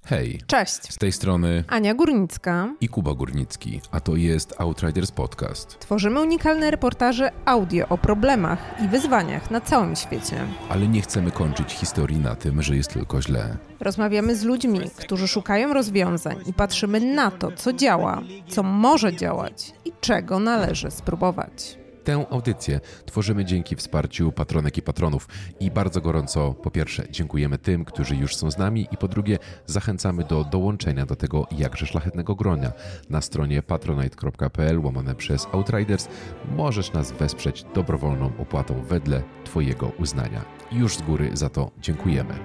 Hej, Cześć, z tej strony Ania Górnicka i Kuba Górnicki, a to jest Outriders Podcast. Tworzymy unikalne reportaże audio o problemach i wyzwaniach na całym świecie. Ale nie chcemy kończyć historii na tym, że jest tylko źle. Rozmawiamy z ludźmi, którzy szukają rozwiązań i patrzymy na to, co działa, co może działać i czego należy spróbować. Tę audycję tworzymy dzięki wsparciu patronek i patronów i bardzo gorąco po pierwsze dziękujemy tym, którzy już są z nami i po drugie zachęcamy do dołączenia do tego jakże szlachetnego gronia. Na stronie patronite.pl/Outriders możesz nas wesprzeć dobrowolną opłatą wedle Twojego uznania. Już z góry za to dziękujemy.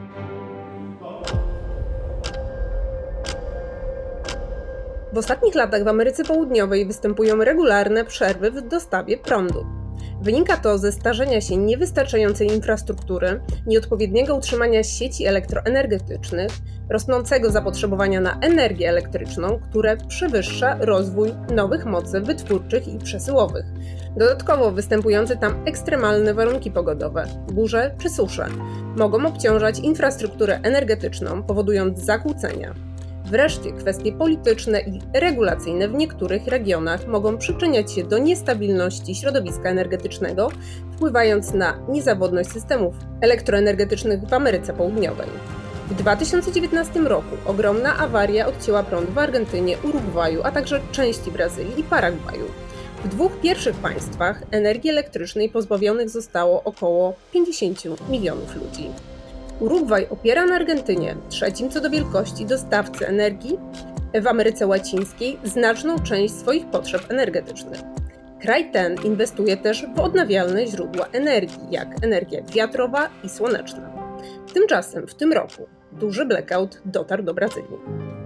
W ostatnich latach w Ameryce Południowej występują regularne przerwy w dostawie prądu. Wynika to ze starzenia się niewystarczającej infrastruktury, nieodpowiedniego utrzymania sieci elektroenergetycznych, rosnącego zapotrzebowania na energię elektryczną, które przewyższa rozwój nowych mocy wytwórczych i przesyłowych. Dodatkowo występujące tam ekstremalne warunki pogodowe, burze czy susze, mogą obciążać infrastrukturę energetyczną, powodując zakłócenia. Wreszcie kwestie polityczne i regulacyjne w niektórych regionach mogą przyczyniać się do niestabilności środowiska energetycznego, wpływając na niezawodność systemów elektroenergetycznych w Ameryce Południowej. W 2019 roku ogromna awaria odcięła prąd w Argentynie, Urugwaju, a także części Brazylii i Paragwaju. W dwóch pierwszych państwach energii elektrycznej pozbawionych zostało około 50 milionów ludzi. Urugwaj opiera na Argentynie, trzecim co do wielkości dostawcy energii w Ameryce Łacińskiej, znaczną część swoich potrzeb energetycznych. Kraj ten inwestuje też w odnawialne źródła energii, jak energia wiatrowa i słoneczna. Tymczasem w tym roku duży blackout dotarł do Brazylii.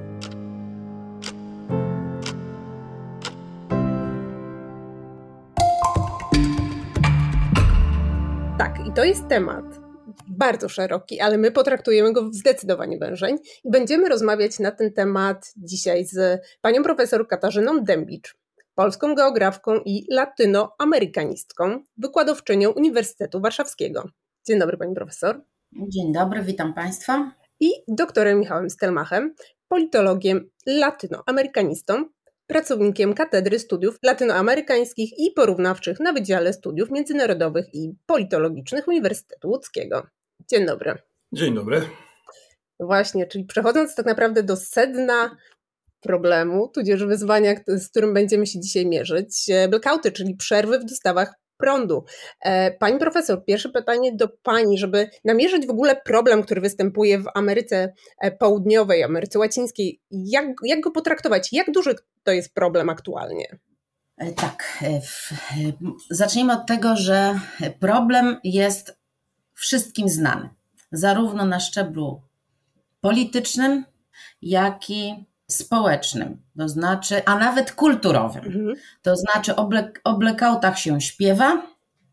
Tak, i to jest temat bardzo szeroki, ale my potraktujemy go zdecydowanie wężej i będziemy rozmawiać na ten temat dzisiaj z panią profesor Katarzyną Dębicz, polską geografką i latynoamerykanistką, wykładowczynią Uniwersytetu Warszawskiego. Dzień dobry pani profesor. Dzień dobry, witam państwa. I doktorem Michałem Stelmachem, politologiem, latynoamerykanistą, pracownikiem Katedry Studiów Latynoamerykańskich i Porównawczych na Wydziale Studiów Międzynarodowych i Politologicznych Uniwersytetu Łódzkiego. Dzień dobry. Dzień dobry. Właśnie, czyli przechodząc tak naprawdę do sedna problemu, tudzież wyzwania, z którym będziemy się dzisiaj mierzyć, blackouty, czyli przerwy w dostawach prądu. Pani profesor, pierwsze pytanie do pani, żeby namierzyć w ogóle problem, który występuje w Ameryce Południowej, Ameryce Łacińskiej. Jak go potraktować? Jak duży to jest problem aktualnie? Tak, zacznijmy od tego, że problem jest wszystkim znany, zarówno na szczeblu politycznym, jak i społecznym, to znaczy, a nawet kulturowym. To znaczy o blackoutach się śpiewa,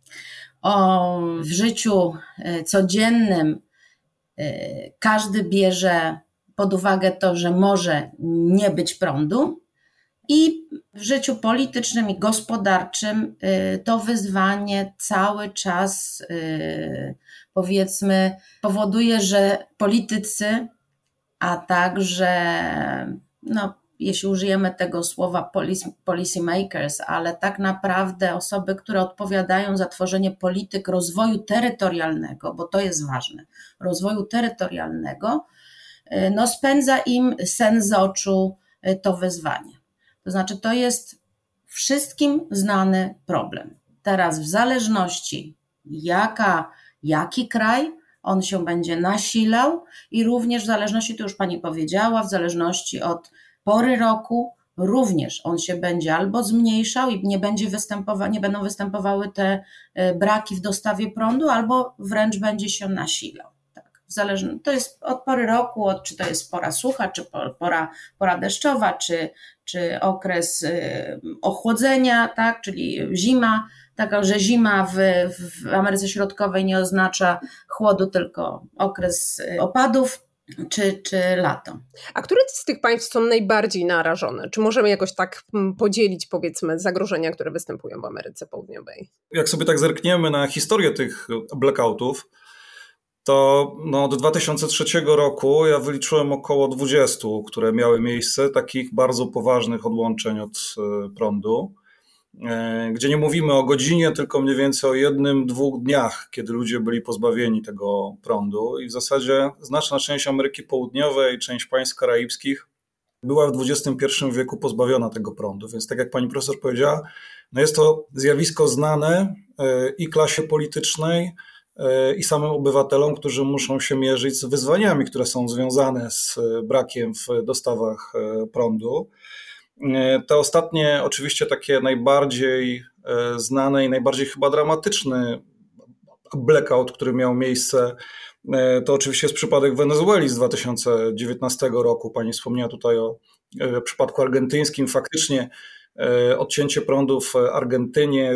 w życiu codziennym każdy bierze pod uwagę to, że może nie być prądu i w życiu politycznym i gospodarczym to wyzwanie cały czas powiedzmy powoduje, że politycy, a także jeśli użyjemy tego słowa policy makers, ale tak naprawdę osoby, które odpowiadają za tworzenie polityk rozwoju terytorialnego, bo to jest ważne, rozwoju terytorialnego, spędza im sen z oczu to wyzwanie. To znaczy to jest wszystkim znany problem. Teraz w zależności jaki kraj, on się będzie nasilał i również w zależności, to już pani powiedziała, w zależności od pory roku, również on się będzie albo zmniejszał i nie będą występowały te braki w dostawie prądu, albo wręcz będzie się nasilał. Tak, to jest od pory roku, czy to jest pora sucha, czy pora deszczowa, czy okres ochłodzenia, tak, czyli zima. Taka, że zima w Ameryce Środkowej nie oznacza chłodu, tylko okres opadów czy lato. A które z tych państw są najbardziej narażone? Czy możemy jakoś tak podzielić, powiedzmy, zagrożenia, które występują w Ameryce Południowej? Jak sobie tak zerkniemy na historię tych blackoutów, to od 2003 roku ja wyliczyłem około 20, które miały miejsce, takich bardzo poważnych odłączeń od prądu, gdzie nie mówimy o godzinie, tylko mniej więcej o 1-2 dniach, kiedy ludzie byli pozbawieni tego prądu i w zasadzie znaczna część Ameryki Południowej, część państw karaibskich była w XXI wieku pozbawiona tego prądu, więc tak jak pani profesor powiedziała, jest to zjawisko znane i klasie politycznej, i samym obywatelom, którzy muszą się mierzyć z wyzwaniami, które są związane z brakiem w dostawach prądu. Te ostatnie, oczywiście takie najbardziej znane i najbardziej chyba dramatyczny blackout, który miał miejsce, to oczywiście jest przypadek Wenezueli z 2019 roku. Pani wspomniała tutaj o przypadku argentyńskim. Faktycznie odcięcie prądu w Argentynie,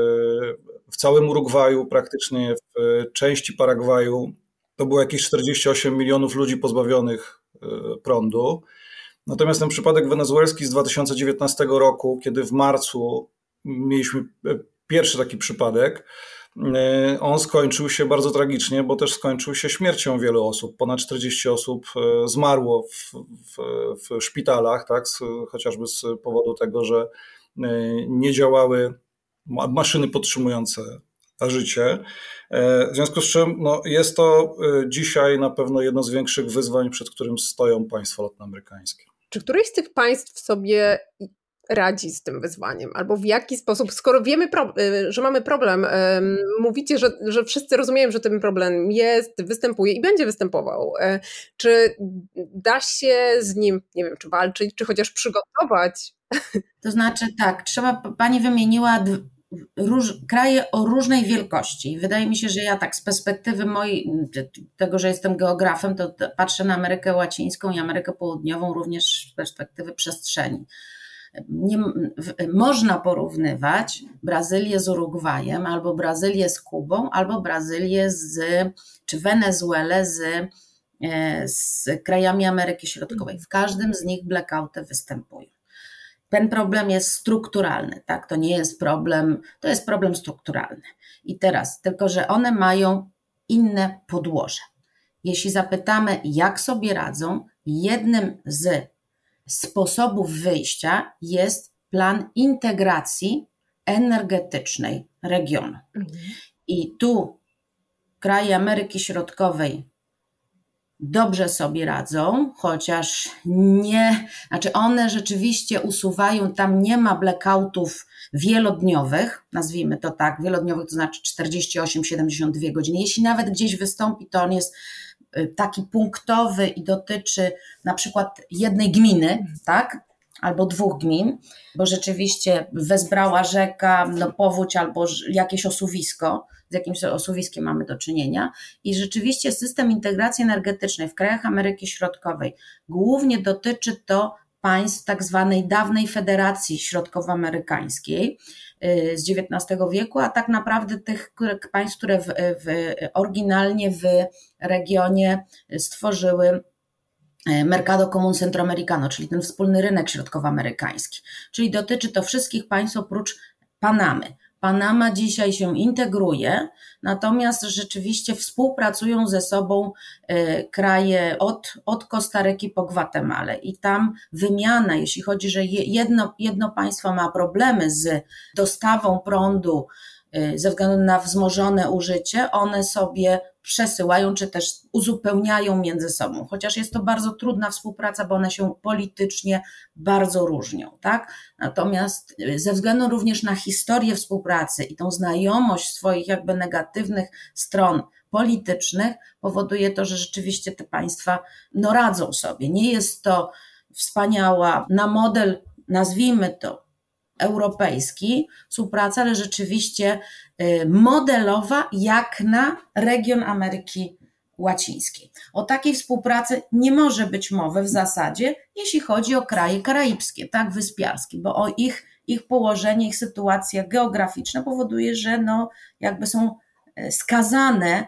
w całym Urugwaju, praktycznie w części Paragwaju, to było jakieś 48 milionów ludzi pozbawionych prądu. Natomiast ten przypadek wenezuelski z 2019 roku, kiedy w marcu mieliśmy pierwszy taki przypadek, on skończył się bardzo tragicznie, bo też skończył się śmiercią wielu osób. Ponad 40 osób zmarło w szpitalach, tak, chociażby z powodu tego, że nie działały maszyny podtrzymujące życie. W związku z czym jest to dzisiaj na pewno jedno z większych wyzwań, przed którym stoją państwa latinoamerykańskie. Czy któreś z tych państw sobie radzi z tym wyzwaniem? Albo w jaki sposób, skoro wiemy, że mamy problem, mówicie, że wszyscy rozumieją, że ten problem jest, występuje i będzie występował. Czy da się z nim, nie wiem, czy walczyć, czy chociaż przygotować? To znaczy tak, pani wymieniła kraje o różnej wielkości. Wydaje mi się, że ja tak z perspektywy tego, że jestem geografem, to patrzę na Amerykę Łacińską i Amerykę Południową również z perspektywy przestrzeni. Można porównywać Brazylię z Urugwajem, albo Brazylię z Kubą, albo Brazylię czy Wenezuelę z krajami Ameryki Środkowej. W każdym z nich blackouty występują. Ten problem jest strukturalny, tak? To nie jest problem, to jest problem strukturalny. I teraz, tylko że one mają inne podłoże. Jeśli zapytamy, jak sobie radzą, jednym z sposobów wyjścia jest plan integracji energetycznej regionu. I tu kraje Ameryki Środkowej dobrze sobie radzą, chociaż one rzeczywiście usuwają, tam nie ma blackoutów wielodniowych, nazwijmy to tak, wielodniowych to znaczy 48-72 godziny. Jeśli nawet gdzieś wystąpi, to on jest taki punktowy i dotyczy na przykład jednej gminy, tak? Albo 2 gmin, bo rzeczywiście wezbrała rzeka, powódź albo jakieś osuwisko, z jakimś osuwiskiem mamy do czynienia i rzeczywiście system integracji energetycznej w krajach Ameryki Środkowej głównie dotyczy to państw tak zwanej dawnej Federacji Środkowoamerykańskiej z XIX wieku, a tak naprawdę tych państw, które oryginalnie w regionie stworzyły Mercado Común Centroamericano, czyli ten wspólny rynek środkowoamerykański. Czyli dotyczy to wszystkich państw oprócz Panamy. Panama dzisiaj się integruje, natomiast rzeczywiście współpracują ze sobą kraje od Kostaryki po Gwatemalę i tam wymiana, jeśli chodzi, że jedno państwo ma problemy z dostawą prądu ze względu na wzmożone użycie, one sobie przesyłają czy też uzupełniają między sobą, chociaż jest to bardzo trudna współpraca, bo one się politycznie bardzo różnią, tak? Natomiast ze względu również na historię współpracy i tą znajomość swoich jakby negatywnych stron politycznych powoduje to, że rzeczywiście te państwa radzą sobie. Nie jest to wspaniała na model, nazwijmy to, europejski współpraca, ale rzeczywiście modelowa jak na region Ameryki Łacińskiej. O takiej współpracy nie może być mowy w zasadzie, jeśli chodzi o kraje karaibskie, tak, wyspiarskie, bo o ich położenie, ich sytuacja geograficzna powoduje, że jakby są skazane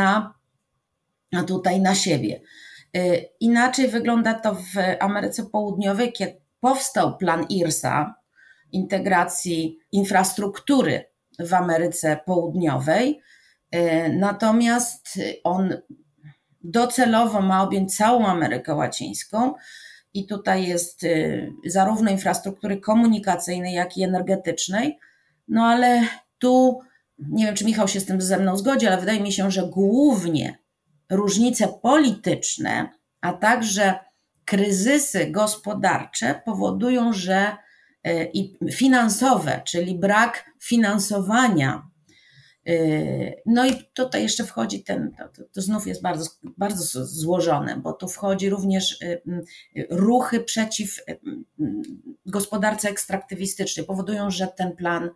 tutaj na siebie. Inaczej wygląda to w Ameryce Południowej, kiedy powstał plan IRSA, integracji infrastruktury w Ameryce Południowej, Natomiast on docelowo ma objąć całą Amerykę Łacińską i tutaj jest zarówno infrastruktury komunikacyjnej, jak i energetycznej, no ale tu, nie wiem czy Michał się z tym ze mną zgodzi, ale wydaje mi się, że głównie różnice polityczne, a także kryzysy gospodarcze powodują, że i finansowe, czyli brak finansowania. No i tutaj jeszcze wchodzi to znów jest bardzo, bardzo złożone, bo tu wchodzi również ruchy przeciw gospodarce ekstraktywistycznej, powodują, że ten plan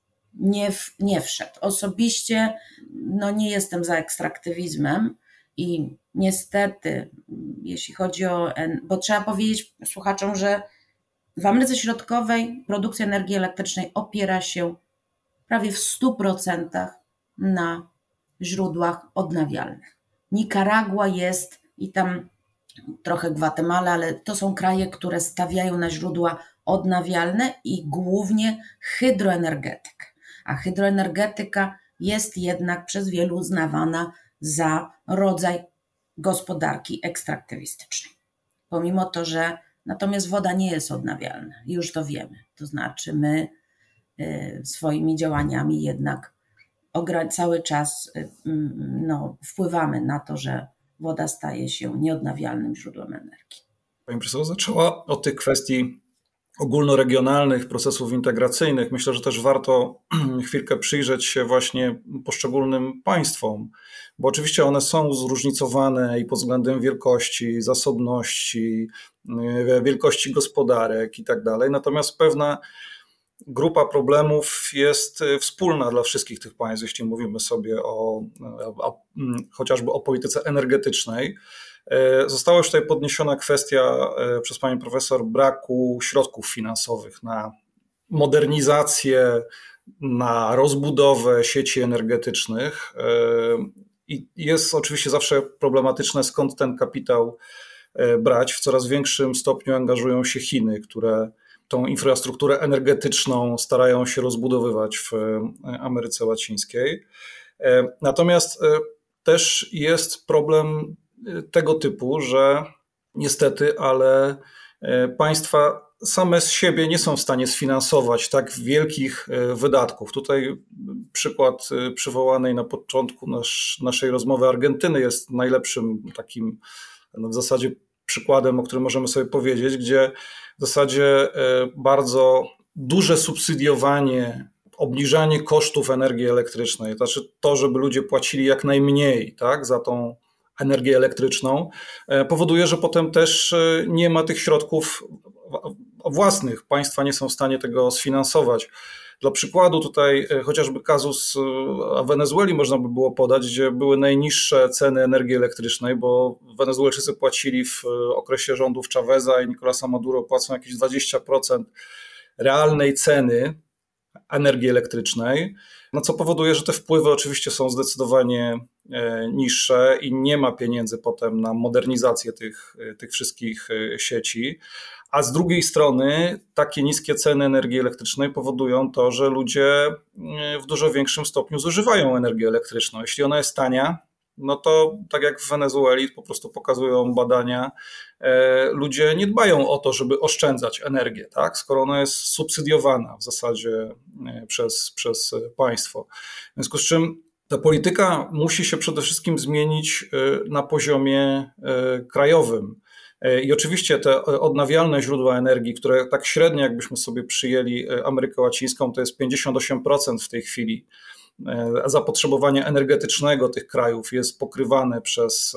nie wszedł. Osobiście nie jestem za ekstraktywizmem i niestety, jeśli chodzi bo trzeba powiedzieć słuchaczom, że w Ameryce Środkowej produkcja energii elektrycznej opiera się prawie w 100% na źródłach odnawialnych. Nikaragua jest i tam trochę Gwatemala, ale to są kraje, które stawiają na źródła odnawialne i głównie hydroenergetykę. A hydroenergetyka jest jednak przez wielu uznawana za rodzaj gospodarki ekstraktywistycznej. Pomimo to, że natomiast woda nie jest odnawialna, już to wiemy. To znaczy my swoimi działaniami jednak cały czas wpływamy na to, że woda staje się nieodnawialnym źródłem energii. Pani profesor zaczęła od tych kwestii ogólnoregionalnych, procesów integracyjnych. Myślę, że też warto chwilkę przyjrzeć się właśnie poszczególnym państwom, bo oczywiście one są zróżnicowane i pod względem wielkości, zasobności, wielkości gospodarek i tak dalej. Natomiast pewna grupa problemów jest wspólna dla wszystkich tych państw, jeśli mówimy sobie chociażby o polityce energetycznej. Została już tutaj podniesiona kwestia przez panią profesor braku środków finansowych na modernizację, na rozbudowę sieci energetycznych i jest oczywiście zawsze problematyczne, skąd ten kapitał brać. W coraz większym stopniu angażują się Chiny, które tą infrastrukturę energetyczną starają się rozbudowywać w Ameryce Łacińskiej. Natomiast też jest problem tego typu, że niestety, ale państwa same z siebie nie są w stanie sfinansować tak wielkich wydatków. Tutaj przykład przywołanej na początku naszej rozmowy Argentyny jest najlepszym takim w zasadzie przykładem, o którym możemy sobie powiedzieć, gdzie w zasadzie bardzo duże subsydiowanie, obniżanie kosztów energii elektrycznej, znaczy to, żeby ludzie płacili jak najmniej, tak, za tą energię elektryczną, powoduje, że potem też nie ma tych środków własnych. Państwa nie są w stanie tego sfinansować. Dla przykładu tutaj chociażby kazus Wenezueli można by było podać, gdzie były najniższe ceny energii elektrycznej, bo Wenezuelczycy płacili w okresie rządów Chaveza i Nicolasa Maduro płacą jakieś 20% realnej ceny energii elektrycznej, no co powoduje, że te wpływy oczywiście są zdecydowanie niższe i nie ma pieniędzy potem na modernizację tych wszystkich sieci. A z drugiej strony takie niskie ceny energii elektrycznej powodują to, że ludzie w dużo większym stopniu zużywają energię elektryczną. Jeśli ona jest tania, no to tak jak w Wenezueli po prostu pokazują badania, ludzie nie dbają o to, żeby oszczędzać energię, tak? Skoro ona jest subsydiowana w zasadzie przez państwo. W związku z czym ta polityka musi się przede wszystkim zmienić na poziomie krajowym. I oczywiście te odnawialne źródła energii, które tak średnio jakbyśmy sobie przyjęli Amerykę Łacińską, to jest 58% w tej chwili zapotrzebowania energetycznego tych krajów jest pokrywane przez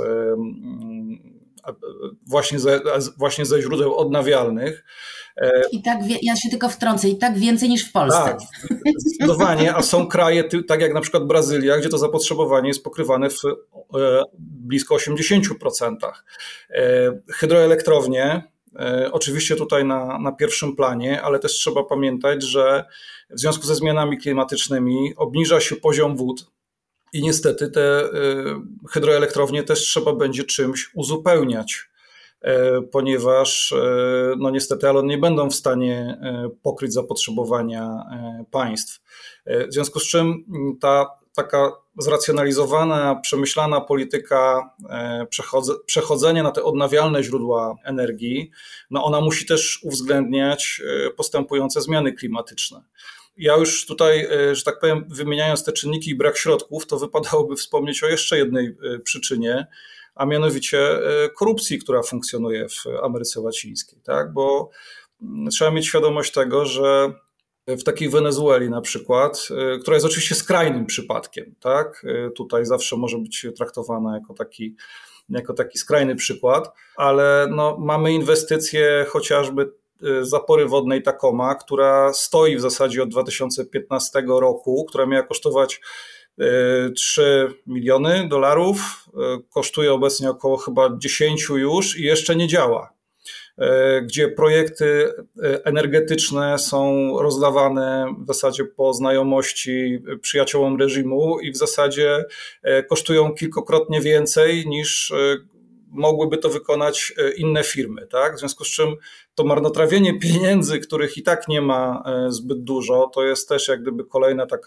właśnie ze źródeł odnawialnych. I tak, ja się tylko wtrącę, i tak więcej niż w Polsce. Tak, zdecydowanie, a są kraje, tak jak na przykład Brazylia, gdzie to zapotrzebowanie jest pokrywane w blisko 80%. Hydroelektrownie, oczywiście tutaj na pierwszym planie, ale też trzeba pamiętać, że w związku ze zmianami klimatycznymi obniża się poziom wód i niestety te hydroelektrownie też trzeba będzie czymś uzupełniać, ponieważ no niestety, ale one nie będą w stanie pokryć zapotrzebowania państw. W związku z czym ta taka zracjonalizowana, przemyślana polityka przechodzenia na te odnawialne źródła energii, no ona musi też uwzględniać postępujące zmiany klimatyczne. Ja już tutaj, że tak powiem, wymieniając te czynniki i brak środków, to wypadałoby wspomnieć o jeszcze jednej przyczynie, a mianowicie korupcji, która funkcjonuje w Ameryce Łacińskiej, tak? Bo trzeba mieć świadomość tego, że w takiej Wenezueli na przykład, która jest oczywiście skrajnym przypadkiem, tak? Tutaj zawsze może być traktowana jako taki skrajny przykład, ale no, mamy inwestycje chociażby zapory wodnej Tacoma, która stoi w zasadzie od 2015 roku, która miała kosztować $3 miliony, kosztuje obecnie około chyba 10 już i jeszcze nie działa, gdzie projekty energetyczne są rozdawane w zasadzie po znajomości przyjaciołom reżimu i w zasadzie kosztują kilkukrotnie więcej niż mogłyby to wykonać inne firmy, tak? W związku z czym to marnotrawienie pieniędzy, których i tak nie ma zbyt dużo, to jest też jak gdyby kolejna taka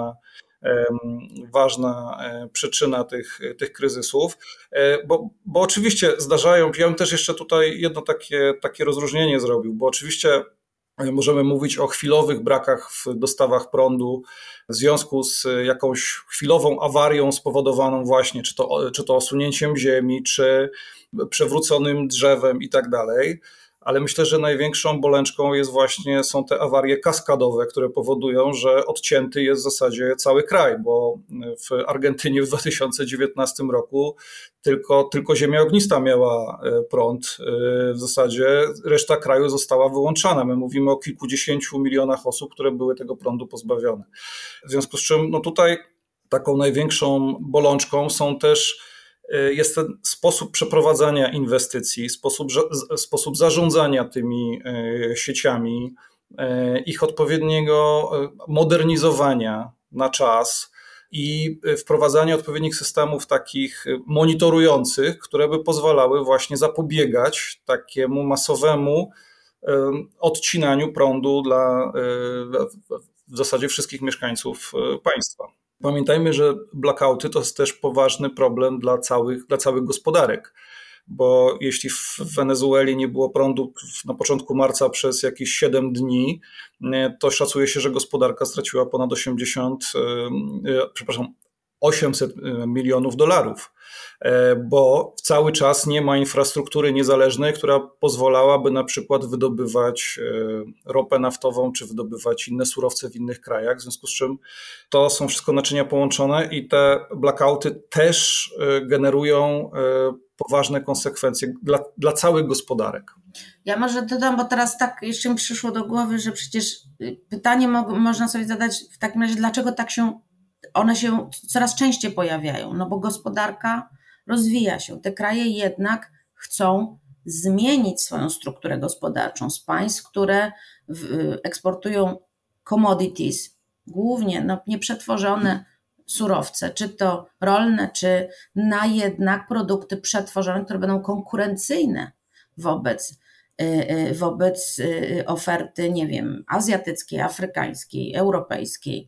ważna przyczyna tych kryzysów, bo oczywiście zdarzają, ja bym też jeszcze tutaj jedno takie rozróżnienie zrobił, bo oczywiście możemy mówić o chwilowych brakach w dostawach prądu w związku z jakąś chwilową awarią spowodowaną właśnie czy to osunięciem ziemi, czy przewróconym drzewem i tak dalej. Ale myślę, że największą bolączką są te awarie kaskadowe, które powodują, że odcięty jest w zasadzie cały kraj, bo w Argentynie w 2019 roku tylko ziemia ognista miała prąd. W zasadzie reszta kraju została wyłączana. My mówimy o kilkudziesięciu milionach osób, które były tego prądu pozbawione. W związku z czym no tutaj taką największą bolączką jest ten sposób przeprowadzania inwestycji, sposób zarządzania tymi sieciami, ich odpowiedniego modernizowania na czas i wprowadzania odpowiednich systemów takich monitorujących, które by pozwalały właśnie zapobiegać takiemu masowemu odcinaniu prądu dla w zasadzie wszystkich mieszkańców państwa. Pamiętajmy, że blackouty to jest też poważny problem dla całych gospodarek, bo jeśli w Wenezueli nie było prądu na początku marca przez jakieś 7 dni, to szacuje się, że gospodarka straciła ponad 800 milionów dolarów, bo cały czas nie ma infrastruktury niezależnej, która pozwalałaby na przykład wydobywać ropę naftową czy wydobywać inne surowce w innych krajach, w związku z czym to są wszystko naczynia połączone i te blackouty też generują poważne konsekwencje dla całych gospodarek. Ja może dodam, bo teraz tak jeszcze mi przyszło do głowy, że przecież pytanie można sobie zadać w takim razie, dlaczego one się coraz częściej pojawiają, no bo gospodarka rozwija się. Te kraje jednak chcą zmienić swoją strukturę gospodarczą z państw, które eksportują commodities, głównie nieprzetworzone surowce, czy to rolne, czy na jednak produkty przetworzone, które będą konkurencyjne wobec oferty, nie wiem, azjatyckiej, afrykańskiej, europejskiej.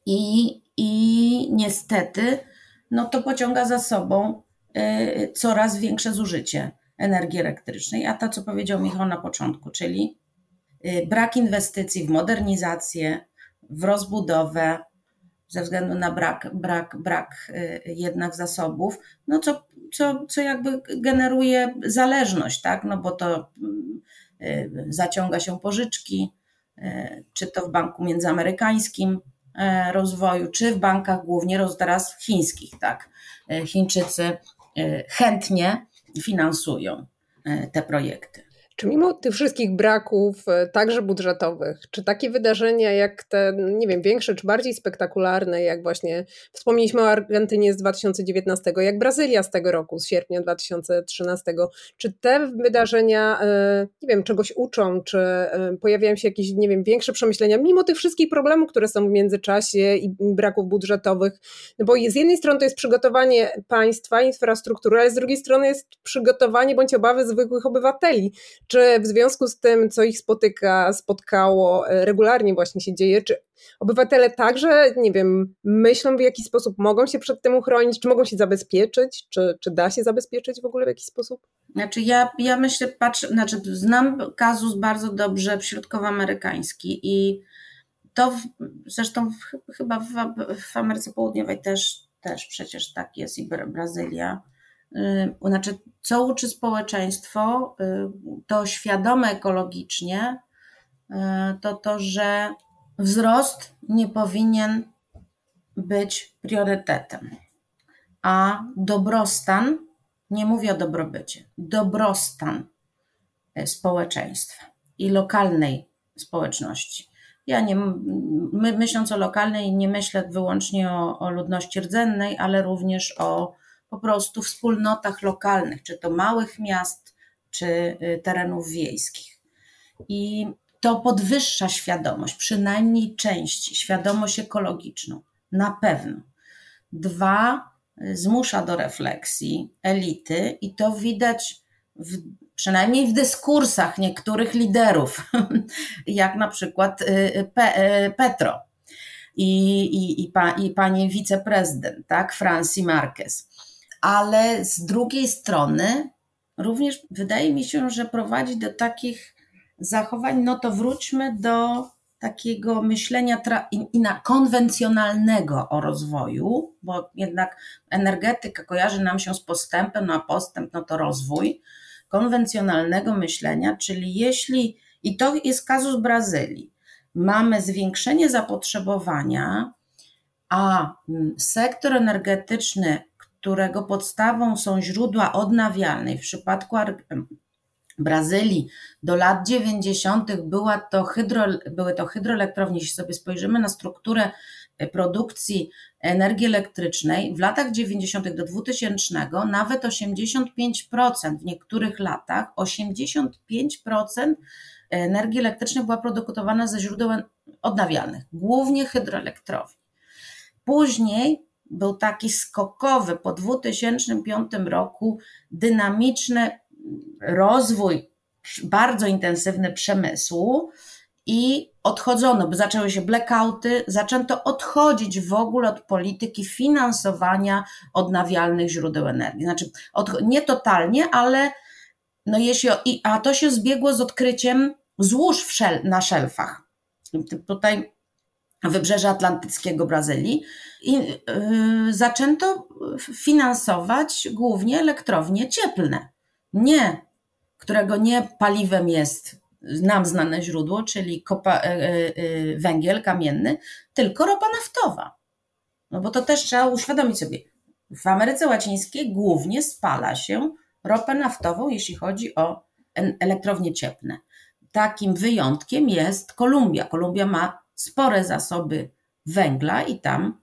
I niestety no to pociąga za sobą coraz większe zużycie energii elektrycznej, a to, co powiedział Michał na początku, czyli brak inwestycji w modernizację, w rozbudowę, ze względu na brak jednak zasobów, no co jakby generuje zależność, tak? No bo to zaciąga się pożyczki, czy to w Banku Międzyamerykańskim Rozwoju, czy w bankach głównie teraz chińskich, tak? Chińczycy chętnie finansują te projekty. Czy mimo tych wszystkich braków, także budżetowych, czy takie wydarzenia jak te, nie wiem, większe czy bardziej spektakularne, jak właśnie wspomnieliśmy o Argentynie z 2019, jak Brazylia z tego roku, z sierpnia 2013, czy te wydarzenia, nie wiem, czegoś uczą, czy pojawiają się jakieś, nie wiem, większe przemyślenia, mimo tych wszystkich problemów, które są w międzyczasie i braków budżetowych, no bo z jednej strony to jest przygotowanie państwa, infrastruktury, ale z drugiej strony jest przygotowanie bądź obawy zwykłych obywateli. Czy w związku z tym, co ich spotkało, regularnie właśnie się dzieje, czy obywatele także, nie wiem, myślą w jaki sposób mogą się przed tym uchronić, czy mogą się zabezpieczyć, czy da się zabezpieczyć w ogóle w jakiś sposób? Znaczy ja myślę, znam kazus bardzo dobrze środkowoamerykański i to zresztą chyba w Ameryce Południowej też przecież tak jest i Brazylia. Znaczy, co uczy społeczeństwo, to świadome ekologicznie, to, że wzrost nie powinien być priorytetem, a dobrostan, nie mówię o dobrobycie, dobrostan społeczeństwa i lokalnej społeczności. Myśląc o lokalnej, nie myślę wyłącznie o ludności rdzennej, ale również o po prostu wspólnotach lokalnych, czy to małych miast, czy terenów wiejskich. I to podwyższa świadomość, przynajmniej części, świadomość ekologiczną, na pewno. 2, zmusza do refleksji elity i to widać przynajmniej w dyskursach niektórych liderów, jak na przykład Petro i pani wiceprezydent, tak, Franci Marquez. Ale z drugiej strony również wydaje mi się, że prowadzi do takich zachowań, no to wróćmy do takiego myślenia konwencjonalnego o rozwoju, bo jednak energetyka kojarzy nam się z postępem, no a postęp no to rozwój, konwencjonalnego myślenia, czyli i to jest kazus Brazylii, mamy zwiększenie zapotrzebowania, a sektor energetyczny, którego podstawą są źródła odnawialne, w przypadku Brazylii do lat 90. były to hydroelektrownie. Jeśli sobie spojrzymy na strukturę produkcji energii elektrycznej, w latach 90. do 2000 nawet 85%, w niektórych latach 85% energii elektrycznej była produkowana ze źródeł odnawialnych, głównie hydroelektrowni. Później był taki skokowy po 2005 roku dynamiczny rozwój, bardzo intensywny przemysłu i odchodzono, bo zaczęły się blackouty, zaczęto odchodzić w ogóle od polityki finansowania odnawialnych źródeł energii. Znaczy nie totalnie, ale no a to się zbiegło z odkryciem złóż na szelfach. Tutaj Wybrzeża Atlantyckiego Brazylii i zaczęto finansować głównie elektrownie cieplne. Którego nie paliwem jest nam znane źródło, czyli węgiel kamienny, tylko ropa naftowa. No bo to też trzeba uświadomić sobie. W Ameryce Łacińskiej głównie spala się ropę naftową, jeśli chodzi o elektrownie cieplne. Takim wyjątkiem jest Kolumbia. Kolumbia ma spore zasoby węgla i tam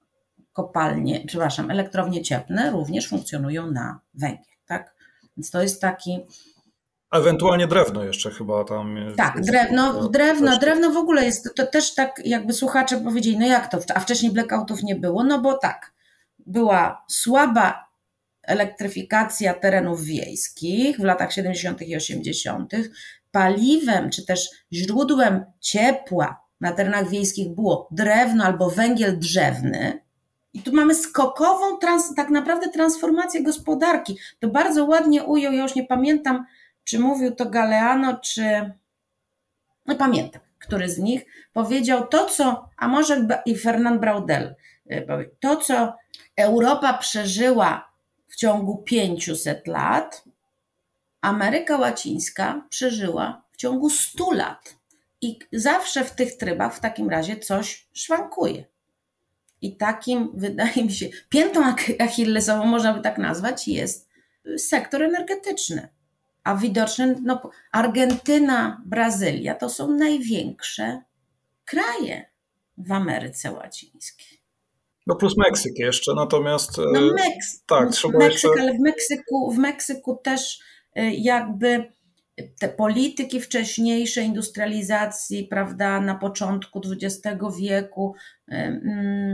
elektrownie cieplne również funkcjonują na węgiel, tak? Więc to jest taki... Ewentualnie drewno jeszcze chyba tam jest. Tak, drewno w ogóle jest, to też tak jakby słuchacze powiedzieli, no jak to, a wcześniej blackoutów nie było, no bo tak, była słaba elektryfikacja terenów wiejskich w latach 70. i 80. Paliwem czy też źródłem ciepła na terenach wiejskich było drewno albo węgiel drzewny. I tu mamy skokową tak naprawdę transformację gospodarki. To bardzo ładnie ujął, ja już nie pamiętam, czy mówił to Galeano, nie pamiętam, który z nich powiedział a może i Fernand Braudel, to co Europa przeżyła w ciągu 500 lat, Ameryka Łacińska przeżyła w ciągu 100 lat. I zawsze w tych trybach w takim razie coś szwankuje. I takim, wydaje mi się, piętą achillesową, można by tak nazwać, jest sektor energetyczny. A widocznie Argentyna, Brazylia to są największe kraje w Ameryce Łacińskiej. No plus Meksyk jeszcze, natomiast... Meksyk, ale w Meksyku też jakby te polityki wcześniejszej industrializacji, prawda, na początku XX wieku,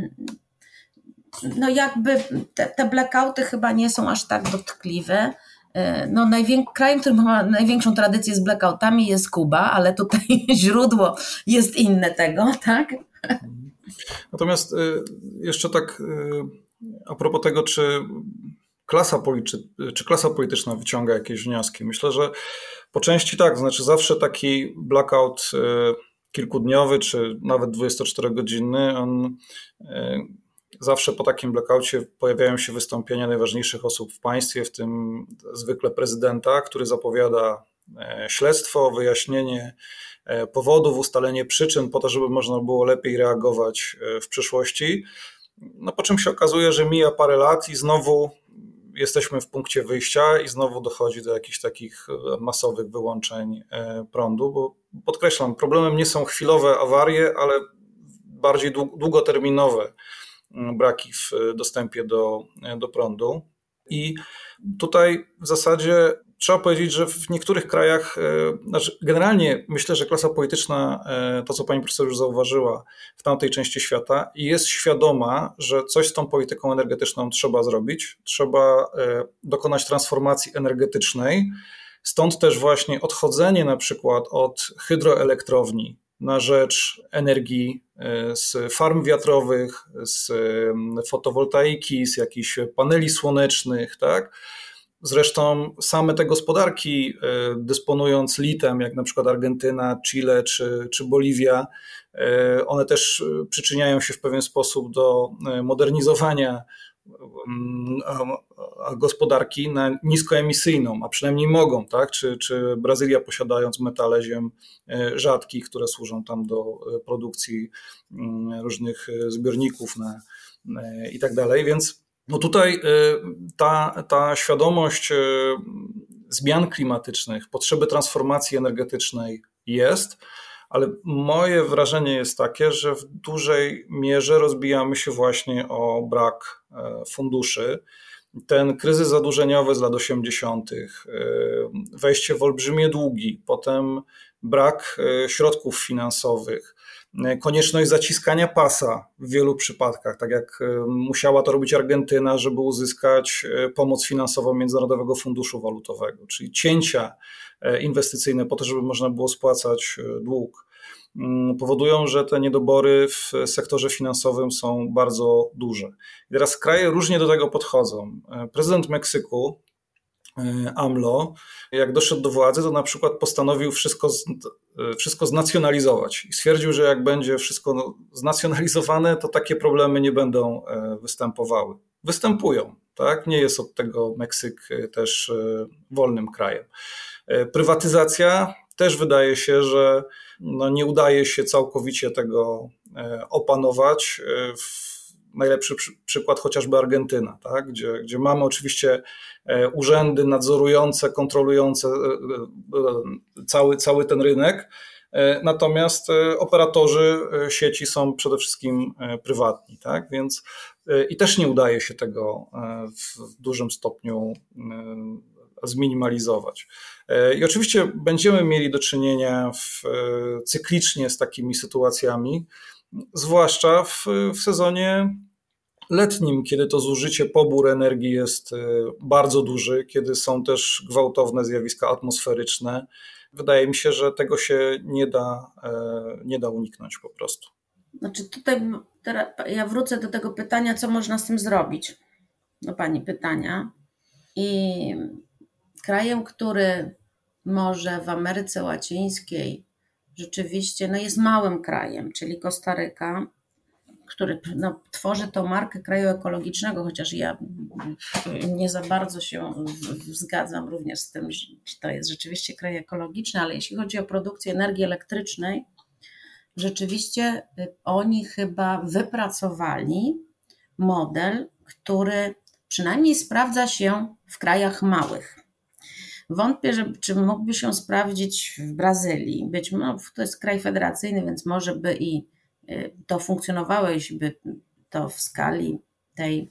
no jakby te blackouty chyba nie są aż tak dotkliwe. no, krajem, który ma największą tradycję z blackoutami jest Kuba, ale tutaj źródło jest inne tego, tak? Natomiast jeszcze tak a propos tego, czy klasa polityczna wyciąga jakieś wnioski. Myślę, że po części tak, znaczy zawsze taki blackout kilkudniowy, czy nawet 24-godzinny, on zawsze po takim blackoutie pojawiają się wystąpienia najważniejszych osób w państwie, w tym zwykle prezydenta, który zapowiada śledztwo, wyjaśnienie powodów, ustalenie przyczyn po to, żeby można było lepiej reagować w przyszłości. No po czym się okazuje, że mija parę lat i znowu jesteśmy w punkcie wyjścia i znowu dochodzi do jakichś takich masowych wyłączeń prądu, bo podkreślam, problemem nie są chwilowe awarie, ale bardziej długoterminowe braki w dostępie do prądu. I tutaj w zasadzie trzeba powiedzieć, że w niektórych krajach, znaczy generalnie myślę, że klasa polityczna, to co pani profesor już zauważyła, w tamtej części świata jest świadoma, że coś z tą polityką energetyczną trzeba zrobić, trzeba dokonać transformacji energetycznej, stąd też właśnie odchodzenie na przykład od hydroelektrowni na rzecz energii z farm wiatrowych, z fotowoltaiki, z jakichś paneli słonecznych, tak? Zresztą same te gospodarki, dysponując litem, jak na przykład Argentyna, Chile czy Boliwia, one też przyczyniają się w pewien sposób do modernizowania gospodarki na niskoemisyjną, a przynajmniej mogą, tak? Czy Brazylia, posiadając metale ziem rzadkich, które służą tam do produkcji różnych zbiorników i tak dalej, więc no tutaj ta świadomość zmian klimatycznych, potrzeby transformacji energetycznej jest, ale moje wrażenie jest takie, że w dużej mierze rozbijamy się właśnie o brak funduszy. Ten kryzys zadłużeniowy z lat 80., wejście w olbrzymie długi, potem brak środków finansowych, konieczność zaciskania pasa w wielu przypadkach, tak jak musiała to robić Argentyna, żeby uzyskać pomoc finansową Międzynarodowego Funduszu Walutowego, czyli cięcia inwestycyjne po to, żeby można było spłacać dług, powodują, że te niedobory w sektorze finansowym są bardzo duże. I teraz kraje różnie do tego podchodzą. Prezydent Meksyku, AMLO, jak doszedł do władzy, to na przykład postanowił wszystko znacjonalizować i stwierdził, że jak będzie wszystko znacjonalizowane, to takie problemy nie będą występowały. Występują, tak? Nie jest od tego Meksyk też wolnym krajem. Prywatyzacja też wydaje się, że nie udaje się całkowicie tego opanować. Najlepszy przykład chociażby Argentyna, tak? Gdzie mamy oczywiście urzędy nadzorujące, kontrolujące cały ten rynek, natomiast operatorzy sieci są przede wszystkim prywatni, tak? Więc i też nie udaje się tego w dużym stopniu zminimalizować. I oczywiście będziemy mieli do czynienia cyklicznie z takimi sytuacjami, zwłaszcza w sezonie letnim, kiedy to zużycie, pobór energii jest bardzo duży, kiedy są też gwałtowne zjawiska atmosferyczne. Wydaje mi się, że tego się nie da uniknąć po prostu. Znaczy tutaj teraz ja wrócę do tego pytania, co można z tym zrobić, do pani pytania. I krajem, który może w Ameryce Łacińskiej rzeczywiście jest małym krajem, czyli Kostaryka, który tworzy tą markę kraju ekologicznego, chociaż ja nie za bardzo się zgadzam również z tym, że to jest rzeczywiście kraj ekologiczny, ale jeśli chodzi o produkcję energii elektrycznej, rzeczywiście oni chyba wypracowali model, który przynajmniej sprawdza się w krajach małych. Wątpię, czy mógłby się sprawdzić w Brazylii. To jest kraj federacyjny, więc może by i to funkcjonowało, jeśli by to w skali tej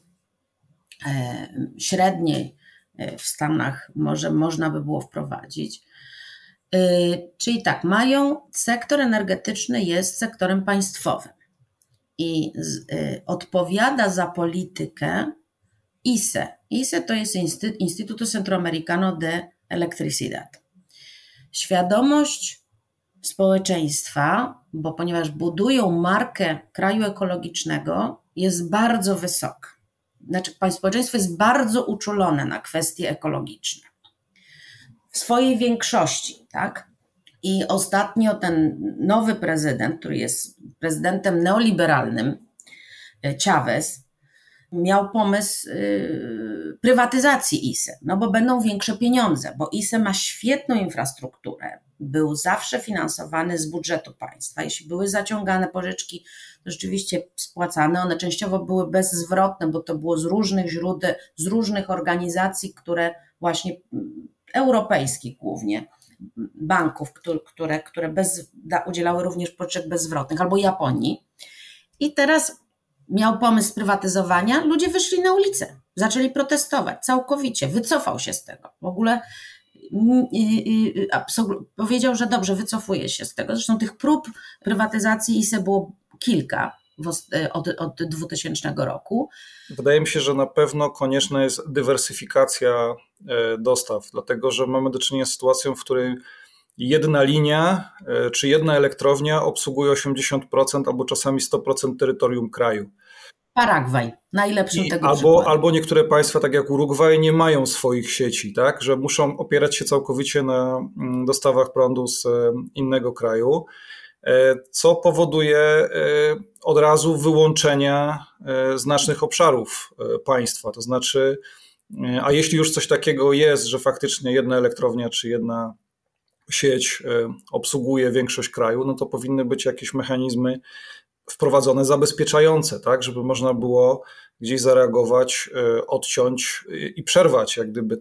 średniej w Stanach może można by było wprowadzić. Czyli tak, sektor energetyczny jest sektorem państwowym i odpowiada za politykę ISE, ICE to jest Instytuto Centroamericano de Electricidad. Świadomość społeczeństwa, bo ponieważ budują markę kraju ekologicznego, jest bardzo wysoka. Znaczy, społeczeństwo jest bardzo uczulone na kwestie ekologiczne. W swojej większości, tak? I ostatnio ten nowy prezydent, który jest prezydentem neoliberalnym, Chavez, miał pomysł prywatyzacji ICE, no bo będą większe pieniądze, bo ICE ma świetną infrastrukturę, był zawsze finansowany z budżetu państwa. Jeśli były zaciągane pożyczki, to rzeczywiście spłacane, one częściowo były bezzwrotne, bo to było z różnych źródeł, z różnych organizacji, które właśnie europejskich głównie, banków, które udzielały również pożyczek bezzwrotnych, albo Japonii. I teraz miał pomysł sprywatyzowania, ludzie wyszli na ulicę, zaczęli protestować całkowicie, wycofał się z tego. W ogóle powiedział, że dobrze, wycofuje się z tego. Zresztą tych prób prywatyzacji ICE było kilka od 2000 roku. Wydaje mi się, że na pewno konieczna jest dywersyfikacja dostaw, dlatego że mamy do czynienia z sytuacją, w której jedna linia czy jedna elektrownia obsługuje 80% albo czasami 100% terytorium kraju. Paragwaj, najlepszym tego przykładem. Albo niektóre państwa, tak jak Urugwaj, nie mają swoich sieci, tak, że muszą opierać się całkowicie na dostawach prądu z innego kraju, co powoduje od razu wyłączenia znacznych obszarów państwa. To znaczy, a jeśli już coś takiego jest, że faktycznie jedna elektrownia czy jedna sieć obsługuje większość kraju, no to powinny być jakieś mechanizmy wprowadzone zabezpieczające, tak, żeby można było gdzieś zareagować, odciąć i przerwać jak gdyby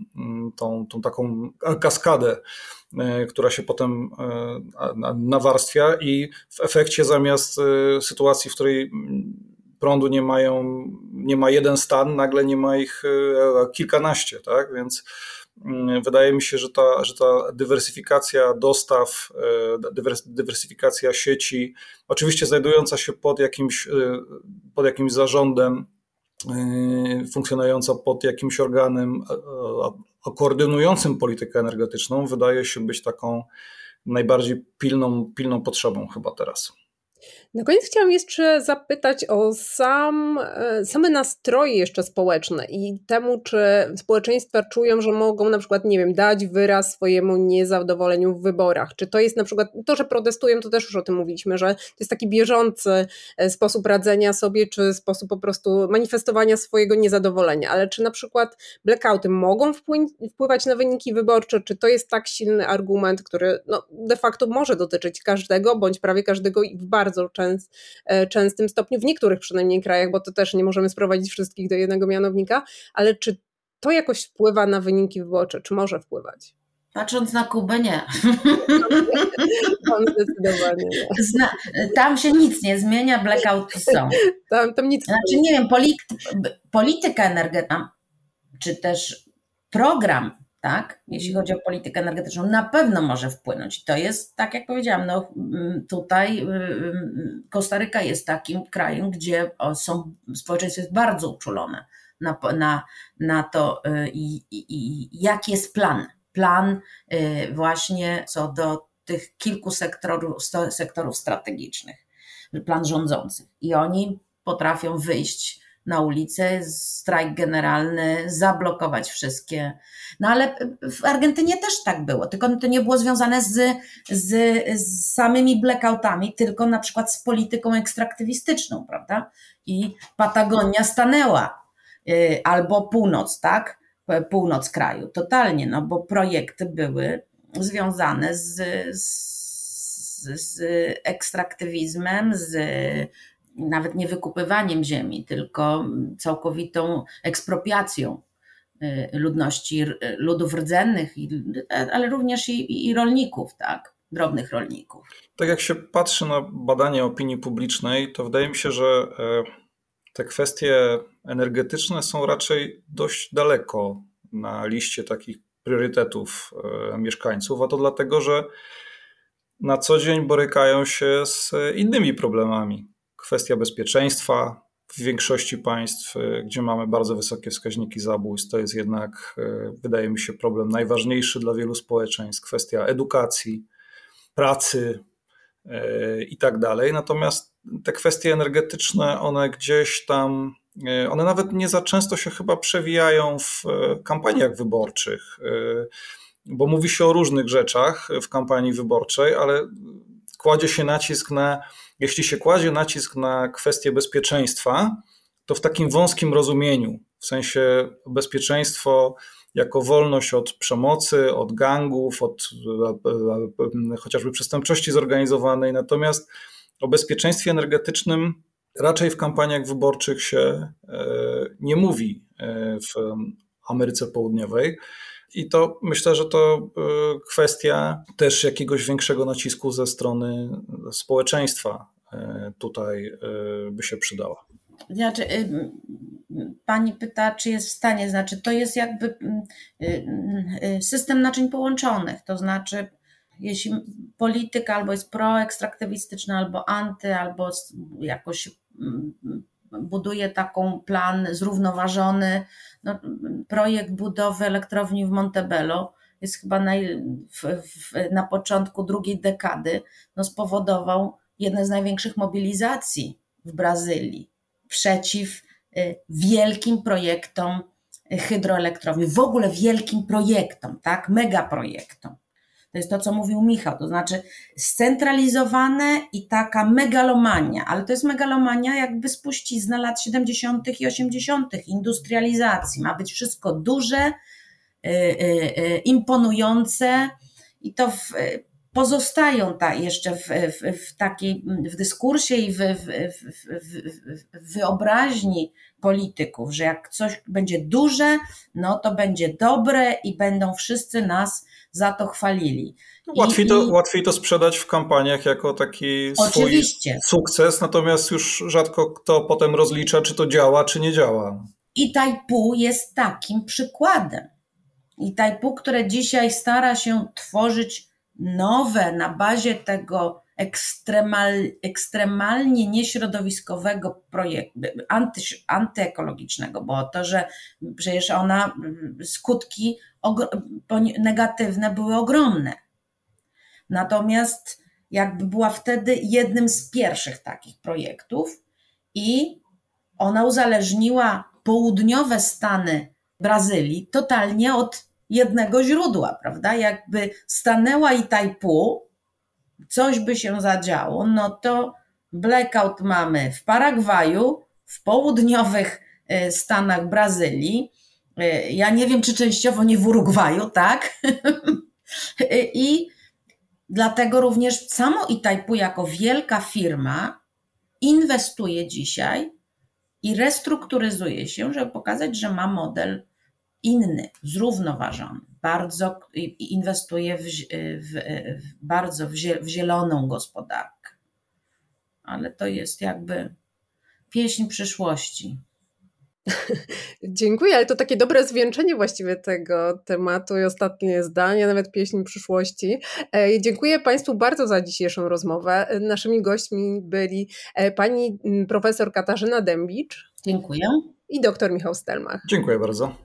tą taką kaskadę, która się potem nawarstwia i w efekcie zamiast sytuacji, w której prądu nie ma jeden stan, nagle nie ma ich kilkanaście, tak, więc wydaje mi się, że ta dywersyfikacja dostaw, dywersyfikacja sieci, oczywiście znajdująca się pod jakimś zarządem, funkcjonująca pod jakimś organem koordynującym politykę energetyczną, wydaje się być taką najbardziej pilną potrzebą chyba teraz. Na koniec chciałam jeszcze zapytać o same nastroje jeszcze społeczne i temu, czy społeczeństwa czują, że mogą na przykład, nie wiem, dać wyraz swojemu niezadowoleniu w wyborach. Czy to jest na przykład, to, że protestują, to też już o tym mówiliśmy, że to jest taki bieżący sposób radzenia sobie, czy sposób po prostu manifestowania swojego niezadowolenia. Ale czy na przykład blackouty mogą wpływać na wyniki wyborcze, czy to jest tak silny argument, który de facto może dotyczyć każdego, bądź prawie każdego i w bardzo częstym stopniu, w niektórych przynajmniej krajach, bo to też nie możemy sprowadzić wszystkich do jednego mianownika, ale czy to jakoś wpływa na wyniki wyborcze? Czy może wpływać? Patrząc na Kubę, nie. Zdecydowanie nie. Tam się nic nie zmienia, blackouty są. Tam nic. Znaczy, nie wiem, polityka energetyczna, czy też program, tak, jeśli chodzi o politykę energetyczną, na pewno może wpłynąć. To jest, tak jak powiedziałam, tutaj Kostaryka jest takim krajem, gdzie społeczeństwo jest bardzo uczulone na to, jaki jest plan właśnie co do tych kilku sektorów strategicznych, plan rządzących. I oni potrafią wyjść na ulicę, strajk generalny, zablokować wszystkie. No ale w Argentynie też tak było, tylko to nie było związane z samymi blackoutami, tylko na przykład z polityką ekstraktywistyczną, prawda? I Patagonia stanęła, albo północ, tak? Północ kraju, totalnie, no bo projekty były związane z ekstraktywizmem, nawet nie wykupywaniem ziemi, tylko całkowitą ekspropriacją ludności, ludów rdzennych, ale również i rolników, tak, drobnych rolników. Tak jak się patrzy na badania opinii publicznej, to wydaje mi się, że te kwestie energetyczne są raczej dość daleko na liście takich priorytetów mieszkańców, a to dlatego, że na co dzień borykają się z innymi problemami. Kwestia bezpieczeństwa, w większości państw, gdzie mamy bardzo wysokie wskaźniki zabójstw, to jest jednak, wydaje mi się, problem najważniejszy dla wielu społeczeństw, kwestia edukacji, pracy i tak dalej. Natomiast te kwestie energetyczne, one gdzieś tam, one nawet nie za często się chyba przewijają w kampaniach wyborczych, bo mówi się o różnych rzeczach w kampanii wyborczej, ale kładzie się nacisk jeśli się kładzie nacisk na kwestię bezpieczeństwa, to w takim wąskim rozumieniu, w sensie bezpieczeństwo jako wolność od przemocy, od gangów, od chociażby przestępczości zorganizowanej. Natomiast o bezpieczeństwie energetycznym raczej w kampaniach wyborczych się nie mówi w Ameryce Południowej. I to myślę, że to kwestia też jakiegoś większego nacisku ze strony społeczeństwa tutaj by się przydała. Znaczy, pani pyta, czy jest w stanie, znaczy to jest jakby system naczyń połączonych, to znaczy jeśli polityk albo jest proekstraktywistyczny, albo anty, albo jakoś buduje taką plan zrównoważony, no, projekt budowy elektrowni w Montebello jest chyba na początku drugiej dekady, no, spowodował jedne z największych mobilizacji w Brazylii przeciw wielkim projektom hydroelektrowni, w ogóle wielkim projektom, tak, megaprojektom. To jest to, co mówił Michał, to znaczy scentralizowane i taka megalomania, ale to jest megalomania jakby spuścizna lat 70. i 80. industrializacji. Ma być wszystko duże, imponujące i to pozostają jeszcze w dyskursie i w wyobraźni polityków, że jak coś będzie duże, no to będzie dobre i będą wszyscy nas za to chwalili. Łatwiej to sprzedać w kampaniach jako taki swój sukces, natomiast już rzadko kto potem rozlicza, czy to działa, czy nie działa. Itaipu jest takim przykładem. Itaipu, które dzisiaj stara się tworzyć nowe na bazie tego ekstremalnie nieśrodowiskowego projektu, antyekologicznego, bo to, że przecież skutki negatywne były ogromne. Natomiast jakby była wtedy jednym z pierwszych takich projektów i ona uzależniła południowe stany Brazylii totalnie od jednego źródła, prawda? Jakby stanęła Itaipu, coś by się zadziało, no to blackout mamy w Paragwaju, w południowych stanach Brazylii, ja nie wiem, czy częściowo nie w Urugwaju, tak? I dlatego również samo Itaipu jako wielka firma inwestuje dzisiaj i restrukturyzuje się, żeby pokazać, że ma model inny, zrównoważony. Bardzo inwestuje bardzo w zieloną gospodarkę. Ale to jest jakby pieśń przyszłości. Dziękuję, ale to takie dobre zwieńczenie właściwie tego tematu i ostatnie zdanie, nawet pieśń przyszłości. Dziękuję Państwu bardzo za dzisiejszą rozmowę. Naszymi gośćmi byli pani profesor Katarzyna Dębicz. Dziękuję. I doktor Michał Stelmach. Dziękuję bardzo.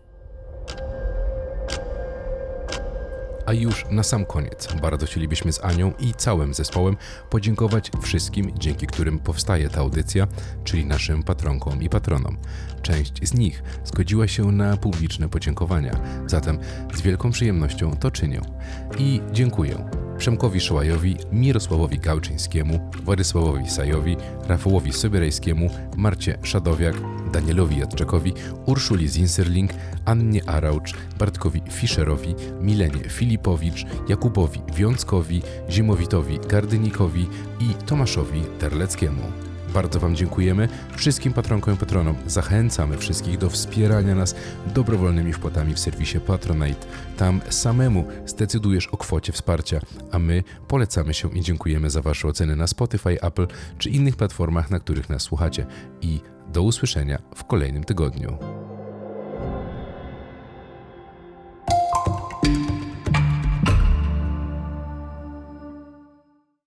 A już na sam koniec bardzo chcielibyśmy z Anią i całym zespołem podziękować wszystkim, dzięki którym powstaje ta audycja, czyli naszym patronkom i patronom. Część z nich zgodziła się na publiczne podziękowania, zatem z wielką przyjemnością to czynię. I dziękuję Przemkowi Szołajowi, Mirosławowi Gałczyńskiemu, Władysławowi Sajowi, Rafałowi Sobierajskiemu, Marcie Szadowiak, Danielowi Jadczakowi, Urszuli Zinserling, Annie Araucz, Bartkowi Fischerowi, Milenie Filipowicz, Jakubowi Wiąckowi, Zimowitowi Gardynikowi i Tomaszowi Terleckiemu. Bardzo Wam dziękujemy. Wszystkim patronkom i patronom zachęcamy wszystkich do wspierania nas dobrowolnymi wpłatami w serwisie Patronite. Tam samemu zdecydujesz o kwocie wsparcia, a my polecamy się i dziękujemy za Wasze oceny na Spotify, Apple czy innych platformach, na których nas słuchacie. I do usłyszenia w kolejnym tygodniu.